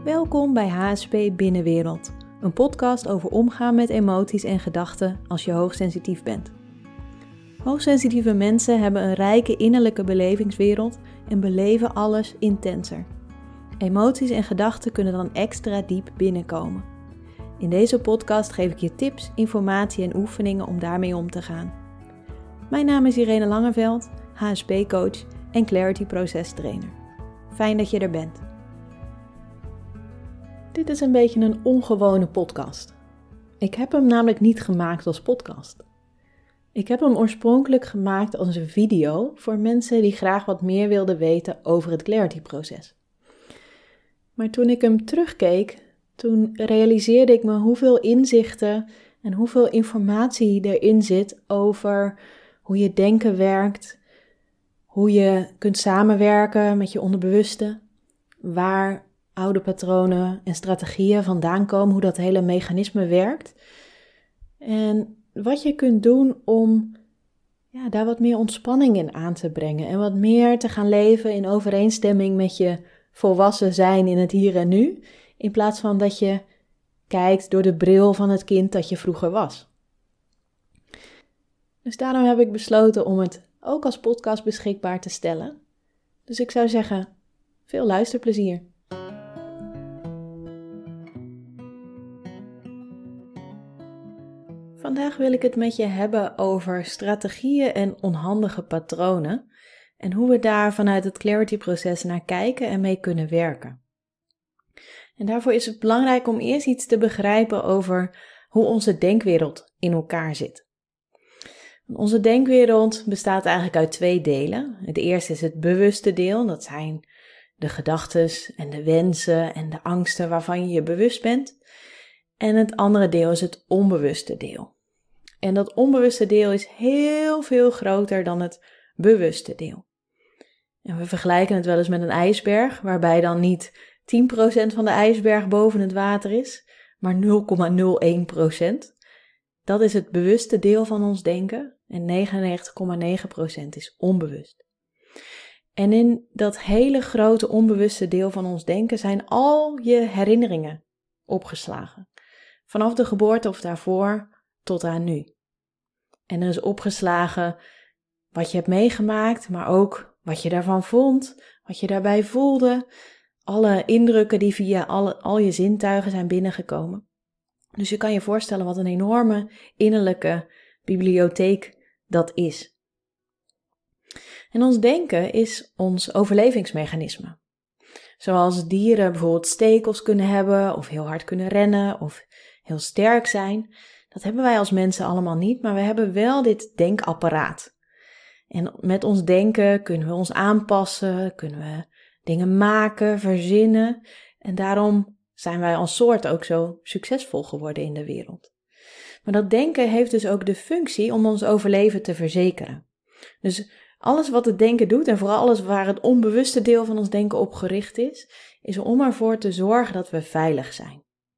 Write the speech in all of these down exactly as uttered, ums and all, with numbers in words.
Welkom bij H S P Binnenwereld, een podcast over omgaan met emoties en gedachten als je hoogsensitief bent. Hoogsensitieve mensen hebben een rijke innerlijke belevingswereld en beleven alles intenser. Emoties en gedachten kunnen dan extra diep binnenkomen. In deze podcast geef ik je tips, informatie en oefeningen om daarmee om te gaan. Mijn naam is Irene Langeveld, H S P-coach en Clarity Proces Trainer. Fijn dat je er bent. Dit is een beetje een ongewone podcast. Ik heb hem namelijk niet gemaakt als podcast. Ik heb hem oorspronkelijk gemaakt als een video voor mensen die graag wat meer wilden weten over het Clarity-proces. Maar toen ik hem terugkeek, toen realiseerde ik me hoeveel inzichten en hoeveel informatie erin zit over hoe je denken werkt, hoe je kunt samenwerken met je onderbewuste, waar oude patronen en strategieën vandaan komen, hoe dat hele mechanisme werkt. En wat je kunt doen om ja, daar wat meer ontspanning in aan te brengen en wat meer te gaan leven in overeenstemming met je volwassen zijn in het hier en nu, in plaats van dat je kijkt door de bril van het kind dat je vroeger was. Dus daarom heb ik besloten om het ook als podcast beschikbaar te stellen. Dus ik zou zeggen, veel luisterplezier. Vandaag wil ik het met je hebben over strategieën en onhandige patronen en hoe we daar vanuit het Clarity-proces naar kijken en mee kunnen werken. En daarvoor is het belangrijk om eerst iets te begrijpen over hoe onze denkwereld in elkaar zit. Onze denkwereld bestaat eigenlijk uit twee delen. Het eerste is het bewuste deel, dat zijn de gedachten en de wensen en de angsten waarvan je je bewust bent. En het andere deel is het onbewuste deel. En dat onbewuste deel is heel veel groter dan het bewuste deel. En we vergelijken het wel eens met een ijsberg, waarbij dan niet tien procent van de ijsberg boven het water is, maar nul komma nul één procent. Dat is het bewuste deel van ons denken en negenennegentig komma negen procent is onbewust. En in dat hele grote onbewuste deel van ons denken zijn al je herinneringen opgeslagen. Vanaf de geboorte of daarvoor tot aan nu. En er is opgeslagen wat je hebt meegemaakt, maar ook wat je daarvan vond, wat je daarbij voelde. Alle indrukken die via alle, al je zintuigen zijn binnengekomen. Dus je kan je voorstellen wat een enorme innerlijke bibliotheek dat is. En ons denken is ons overlevingsmechanisme. Zoals dieren bijvoorbeeld stekels kunnen hebben, of heel hard kunnen rennen, of heel sterk zijn. Dat hebben wij als mensen allemaal niet, maar we hebben wel dit denkapparaat. En met ons denken kunnen we ons aanpassen, kunnen we dingen maken, verzinnen. En daarom zijn wij als soort ook zo succesvol geworden in de wereld. Maar dat denken heeft dus ook de functie om ons overleven te verzekeren. Dus alles wat het denken doet, en vooral alles waar het onbewuste deel van ons denken op gericht is, is om ervoor te zorgen dat we veilig zijn.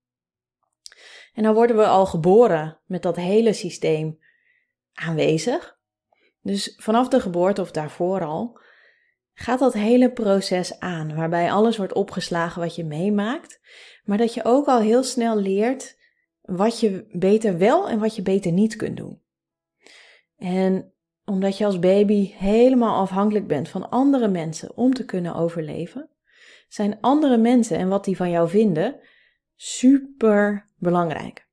En dan worden we al geboren met dat hele systeem aanwezig. Dus vanaf de geboorte of daarvoor al gaat dat hele proces aan, waarbij alles wordt opgeslagen wat je meemaakt, maar dat je ook al heel snel leert wat je beter wel en wat je beter niet kunt doen. En omdat je als baby helemaal afhankelijk bent van andere mensen om te kunnen overleven, zijn andere mensen en wat die van jou vinden super belangrijk.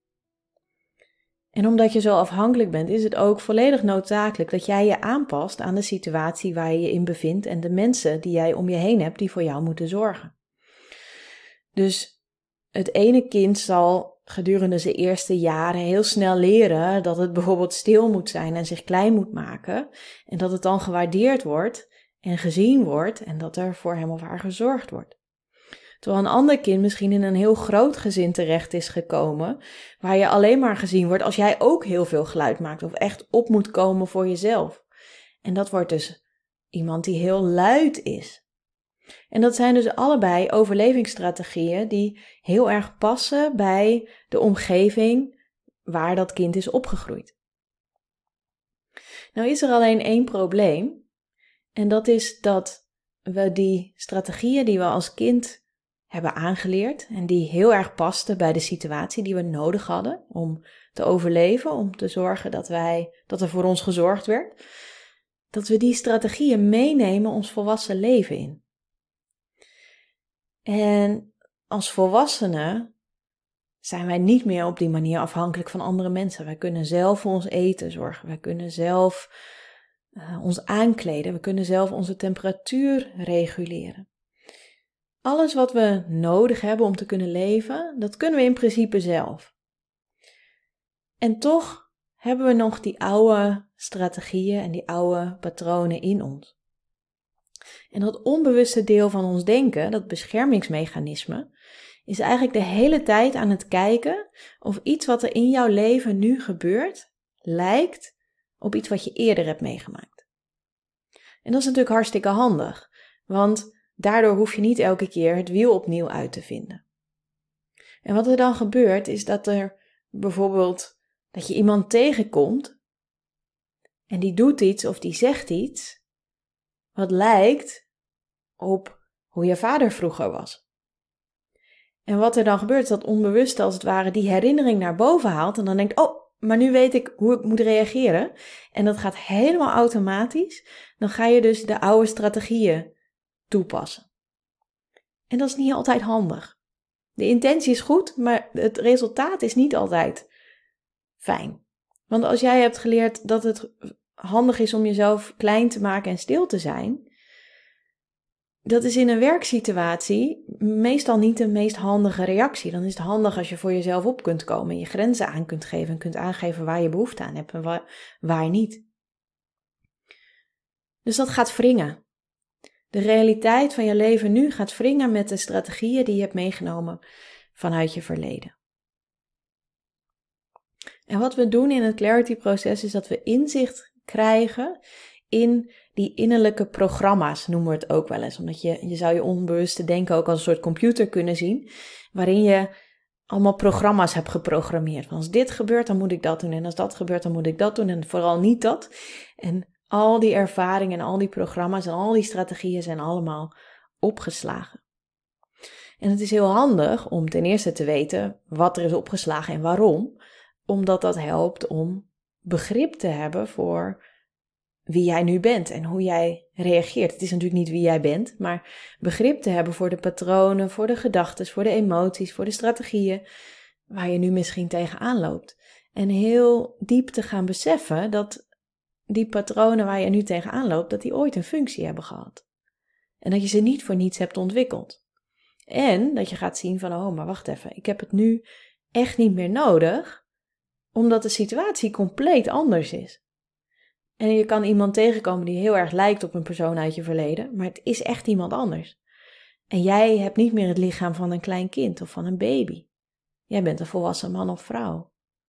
En omdat je zo afhankelijk bent, is het ook volledig noodzakelijk dat jij je aanpast aan de situatie waar je je in bevindt en de mensen die jij om je heen hebt die voor jou moeten zorgen. Dus het ene kind zal gedurende zijn eerste jaren heel snel leren dat het bijvoorbeeld stil moet zijn en zich klein moet maken en dat het dan gewaardeerd wordt en gezien wordt en dat er voor hem of haar gezorgd wordt. Terwijl een ander kind misschien in een heel groot gezin terecht is gekomen, waar je alleen maar gezien wordt als jij ook heel veel geluid maakt of echt op moet komen voor jezelf. En dat wordt dus iemand die heel luid is. En dat zijn dus allebei overlevingsstrategieën die heel erg passen bij de omgeving waar dat kind is opgegroeid. Nou is er alleen één probleem en dat is dat we die strategieën die we als kind hebben aangeleerd en die heel erg pasten bij de situatie die we nodig hadden om te overleven, om te zorgen dat, wij, dat er voor ons gezorgd werd, dat we die strategieën meenemen ons volwassen leven in. En als volwassenen zijn wij niet meer op die manier afhankelijk van andere mensen. Wij kunnen zelf voor ons eten zorgen, wij kunnen zelf uh, ons aankleden, we kunnen zelf onze temperatuur reguleren. Alles wat we nodig hebben om te kunnen leven, dat kunnen we in principe zelf. En toch hebben we nog die oude strategieën en die oude patronen in ons. En dat onbewuste deel van ons denken, dat beschermingsmechanisme, is eigenlijk de hele tijd aan het kijken of iets wat er in jouw leven nu gebeurt, lijkt op iets wat je eerder hebt meegemaakt. En dat is natuurlijk hartstikke handig, want daardoor hoef je niet elke keer het wiel opnieuw uit te vinden. En wat er dan gebeurt is dat er bijvoorbeeld dat je iemand tegenkomt en die doet iets of die zegt iets wat lijkt op hoe je vader vroeger was. En wat er dan gebeurt is dat onbewust als het ware die herinnering naar boven haalt en dan denkt, oh, maar nu weet ik hoe ik moet reageren. En dat gaat helemaal automatisch. Dan ga je dus de oude strategieën toepassen. En dat is niet altijd handig. De intentie is goed, maar het resultaat is niet altijd fijn. Want als jij hebt geleerd dat het handig is om jezelf klein te maken en stil te zijn, dat is in een werksituatie meestal niet de meest handige reactie. Dan is het handig als je voor jezelf op kunt komen, je grenzen aan kunt geven en kunt aangeven waar je behoefte aan hebt en waar, waar niet. Dus dat gaat wringen. De realiteit van je leven nu gaat wringen met de strategieën die je hebt meegenomen vanuit je verleden. En wat we doen in het clarity-proces is dat we inzicht krijgen in die innerlijke programma's, noemen we het ook wel eens. Omdat je, je zou je onbewuste denken ook als een soort computer kunnen zien, waarin je allemaal programma's hebt geprogrammeerd. Van als dit gebeurt, dan moet ik dat doen. En als dat gebeurt, dan moet ik dat doen. En vooral niet dat. En al die ervaringen en al die programma's en al die strategieën zijn allemaal opgeslagen. En het is heel handig om ten eerste te weten wat er is opgeslagen en waarom. Omdat dat helpt om begrip te hebben voor wie jij nu bent en hoe jij reageert. Het is natuurlijk niet wie jij bent, maar begrip te hebben voor de patronen, voor de gedachten, voor de emoties, voor de strategieën waar je nu misschien tegenaan loopt. En heel diep te gaan beseffen dat die patronen waar je nu tegenaan loopt, dat die ooit een functie hebben gehad. En dat je ze niet voor niets hebt ontwikkeld. En dat je gaat zien van, oh, maar wacht even, ik heb het nu echt niet meer nodig, omdat de situatie compleet anders is. En je kan iemand tegenkomen die heel erg lijkt op een persoon uit je verleden, maar het is echt iemand anders. En jij hebt niet meer het lichaam van een klein kind of van een baby. Jij bent een volwassen man of vrouw.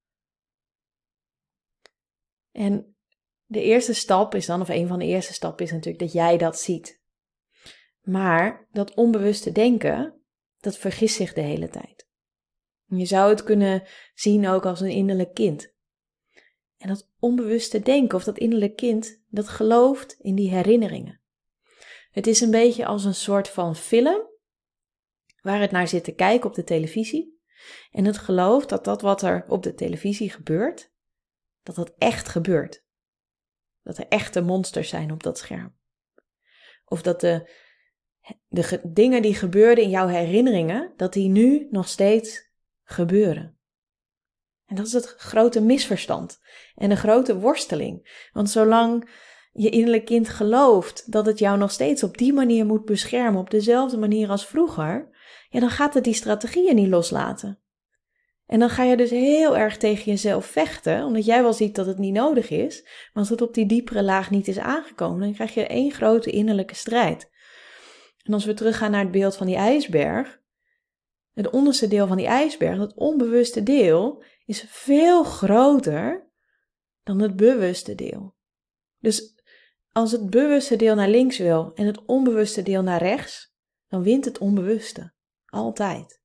En de eerste stap is dan, of een van de eerste stappen is natuurlijk dat jij dat ziet. Maar dat onbewuste denken, dat vergist zich de hele tijd. En je zou het kunnen zien ook als een innerlijk kind. En dat onbewuste denken of dat innerlijk kind, dat gelooft in die herinneringen. Het is een beetje als een soort van film waar het naar zit te kijken op de televisie. En het gelooft dat dat wat er op de televisie gebeurt, dat dat echt gebeurt. Dat er echte monsters zijn op dat scherm. Of dat de, de ge, dingen die gebeurden in jouw herinneringen, dat die nu nog steeds gebeuren. En dat is het grote misverstand en de grote worsteling. Want zolang je innerlijk kind gelooft dat het jou nog steeds op die manier moet beschermen, op dezelfde manier als vroeger, ja, dan gaat het die strategieën niet loslaten. En dan ga je dus heel erg tegen jezelf vechten, omdat jij wel ziet dat het niet nodig is, maar als het op die diepere laag niet is aangekomen, dan krijg je één grote innerlijke strijd. En als we teruggaan naar het beeld van die ijsberg, het onderste deel van die ijsberg, het onbewuste deel, is veel groter dan het bewuste deel. Dus als het bewuste deel naar links wil en het onbewuste deel naar rechts, dan wint het onbewuste. Altijd.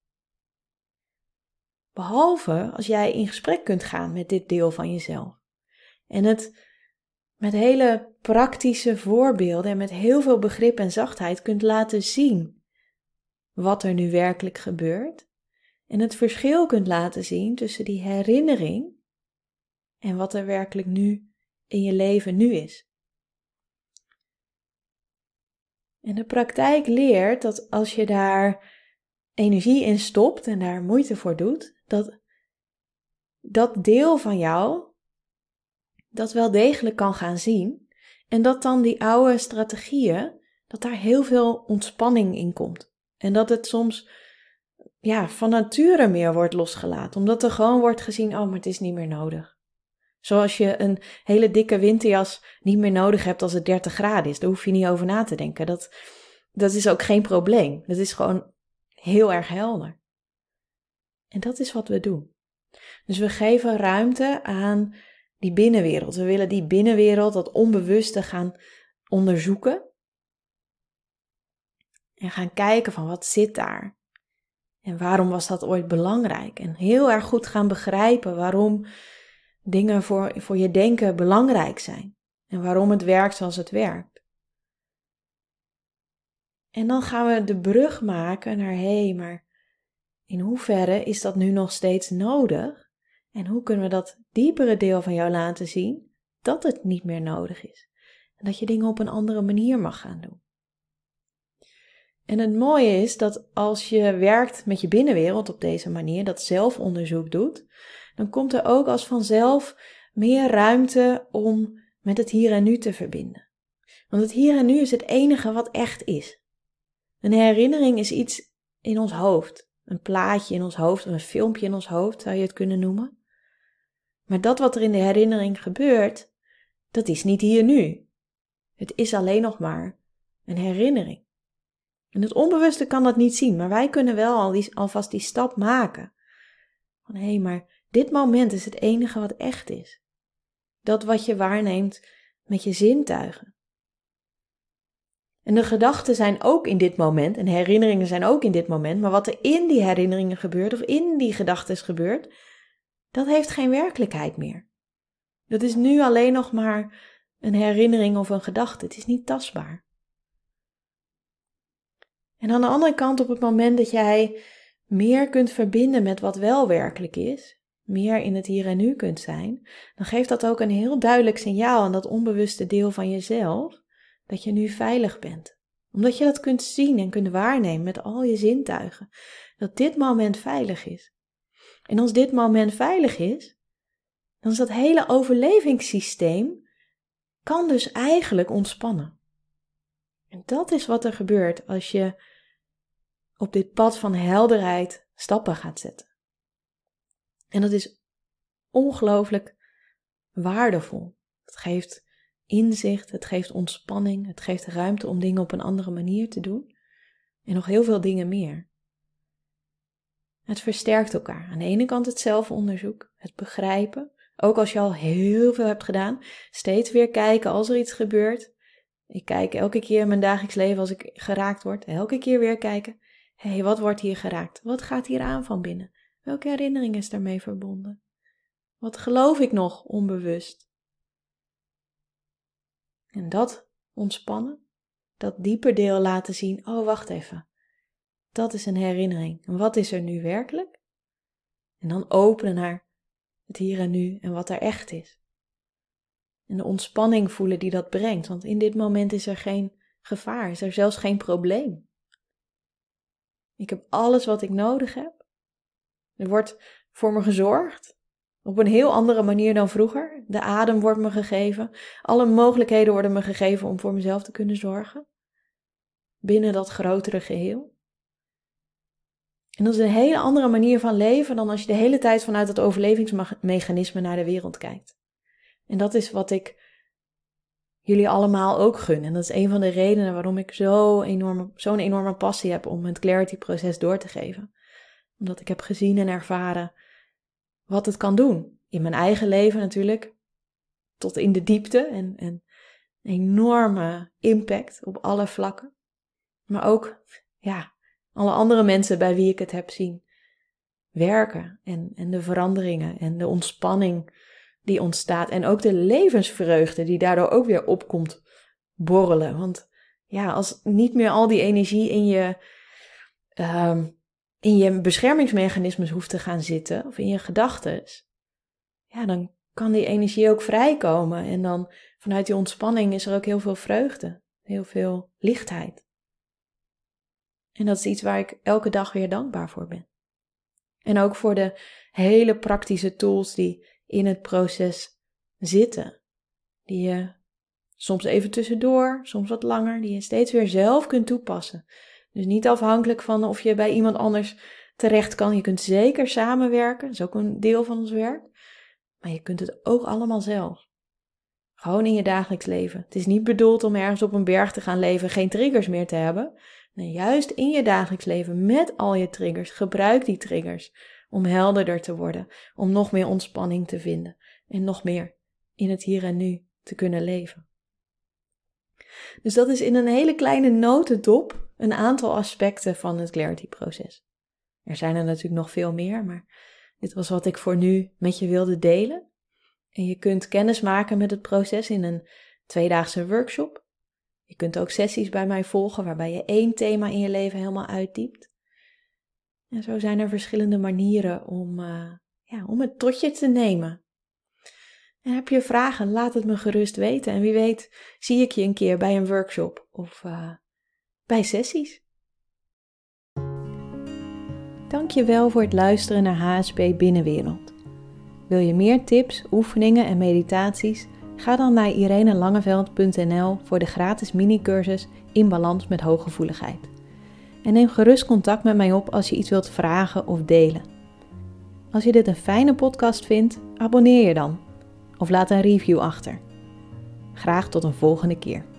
Behalve als jij in gesprek kunt gaan met dit deel van jezelf. En het met hele praktische voorbeelden en met heel veel begrip en zachtheid kunt laten zien wat er nu werkelijk gebeurt. En het verschil kunt laten zien tussen die herinnering en wat er werkelijk nu in je leven nu is. En de praktijk leert dat als je daar energie in stopt en daar moeite voor doet, dat dat deel van jou dat wel degelijk kan gaan zien en dat dan die oude strategieën, dat daar heel veel ontspanning in komt. En dat het soms ja, van nature meer wordt losgelaten, omdat er gewoon wordt gezien, oh, maar het is niet meer nodig. Zoals je een hele dikke winterjas niet meer nodig hebt als het dertig graden is. Daar hoef je niet over na te denken. Dat, dat is ook geen probleem. Dat is gewoon heel erg helder. En dat is wat we doen. Dus we geven ruimte aan die binnenwereld. We willen die binnenwereld, dat onbewuste, gaan onderzoeken. En gaan kijken van wat zit daar. En waarom was dat ooit belangrijk? En heel erg goed gaan begrijpen waarom dingen voor, voor je denken belangrijk zijn. En waarom het werkt zoals het werkt. En dan gaan we de brug maken naar, hé, hey, maar in hoeverre is dat nu nog steeds nodig? En hoe kunnen we dat diepere deel van jou laten zien dat het niet meer nodig is? En dat je dingen op een andere manier mag gaan doen. En het mooie is dat als je werkt met je binnenwereld op deze manier, dat zelfonderzoek doet, dan komt er ook als vanzelf meer ruimte om met het hier en nu te verbinden. Want het hier en nu is het enige wat echt is. Een herinnering is iets in ons hoofd. Een plaatje in ons hoofd of een filmpje in ons hoofd zou je het kunnen noemen. Maar dat wat er in de herinnering gebeurt, dat is niet hier nu. Het is alleen nog maar een herinnering. En het onbewuste kan dat niet zien, maar wij kunnen wel al die, alvast die stap maken. Van hé, hey, maar dit moment is het enige wat echt is. Dat wat je waarneemt met je zintuigen. En de gedachten zijn ook in dit moment, en herinneringen zijn ook in dit moment, maar wat er in die herinneringen gebeurt, of in die gedachten gebeurt, dat heeft geen werkelijkheid meer. Dat is nu alleen nog maar een herinnering of een gedachte. Het is niet tastbaar. En aan de andere kant, op het moment dat jij meer kunt verbinden met wat wel werkelijk is, meer in het hier en nu kunt zijn, dan geeft dat ook een heel duidelijk signaal aan dat onbewuste deel van jezelf, dat je nu veilig bent. Omdat je dat kunt zien en kunt waarnemen met al je zintuigen, dat dit moment veilig is. En als dit moment veilig is, dan is dat hele overlevingssysteem, kan dus eigenlijk ontspannen. En dat is wat er gebeurt als je op dit pad van helderheid stappen gaat zetten. En dat is ongelooflijk waardevol. Het geeft inzicht, het geeft ontspanning, het geeft ruimte om dingen op een andere manier te doen. En nog heel veel dingen meer. Het versterkt elkaar. Aan de ene kant het zelfonderzoek, het begrijpen. Ook als je al heel veel hebt gedaan, steeds weer kijken als er iets gebeurt. Ik kijk elke keer in mijn dagelijks leven als ik geraakt word, elke keer weer kijken. Hé, hey, wat wordt hier geraakt? Wat gaat hier aan van binnen? Welke herinnering is daarmee verbonden? Wat geloof ik nog onbewust? En dat ontspannen, dat dieper deel laten zien, oh wacht even, dat is een herinnering. En wat is er nu werkelijk? En dan openen naar het hier en nu en wat er echt is. En de ontspanning voelen die dat brengt, want in dit moment is er geen gevaar, is er zelfs geen probleem. Ik heb alles wat ik nodig heb. Er wordt voor me gezorgd. Op een heel andere manier dan vroeger. De adem wordt me gegeven. Alle mogelijkheden worden me gegeven om voor mezelf te kunnen zorgen. Binnen dat grotere geheel. En dat is een hele andere manier van leven dan als je de hele tijd vanuit dat overlevingsmechanisme naar de wereld kijkt. En dat is wat ik jullie allemaal ook gun. En dat is een van de redenen waarom ik zo enorme, zo'n enorme passie heb om het Clarity-proces door te geven. Omdat ik heb gezien en ervaren wat het kan doen. In mijn eigen leven natuurlijk, tot in de diepte en, en een enorme impact op alle vlakken. Maar ook, ja, alle andere mensen bij wie ik het heb zien werken. En, en de veranderingen en de ontspanning die ontstaat. En ook de levensvreugde die daardoor ook weer opkomt borrelen. Want ja, als niet meer al die energie in je um, in je beschermingsmechanismes hoeft te gaan zitten, of in je gedachten, ja, dan kan die energie ook vrijkomen. En dan vanuit die ontspanning is er ook heel veel vreugde, heel veel lichtheid. En dat is iets waar ik elke dag weer dankbaar voor ben. En ook voor de hele praktische tools die in het proces zitten. Die je soms even tussendoor, soms wat langer, die je steeds weer zelf kunt toepassen. Dus niet afhankelijk van of je bij iemand anders terecht kan. Je kunt zeker samenwerken, dat is ook een deel van ons werk. Maar je kunt het ook allemaal zelf. Gewoon in je dagelijks leven. Het is niet bedoeld om ergens op een berg te gaan leven, geen triggers meer te hebben. Nee, juist in je dagelijks leven met al je triggers, gebruik die triggers om helderder te worden. Om nog meer ontspanning te vinden en nog meer in het hier en nu te kunnen leven. Dus dat is in een hele kleine notendop een aantal aspecten van het Clarity-proces. Er zijn er natuurlijk nog veel meer, maar dit was wat ik voor nu met je wilde delen. En je kunt kennis maken met het proces in een tweedaagse workshop. Je kunt ook sessies bij mij volgen waarbij je één thema in je leven helemaal uitdiept. En zo zijn er verschillende manieren om, uh, ja, om het tot je te nemen. En heb je vragen, laat het me gerust weten. En wie weet zie ik je een keer bij een workshop of uh, bij sessies. Dank je wel voor het luisteren naar H S P Binnenwereld. Wil je meer tips, oefeningen en meditaties? Ga dan naar irenelangeveld punt n l voor de gratis minicursus In Balans met Hooggevoeligheid. En neem gerust contact met mij op als je iets wilt vragen of delen. Als je dit een fijne podcast vindt, abonneer je dan. Of laat een review achter. Graag tot een volgende keer.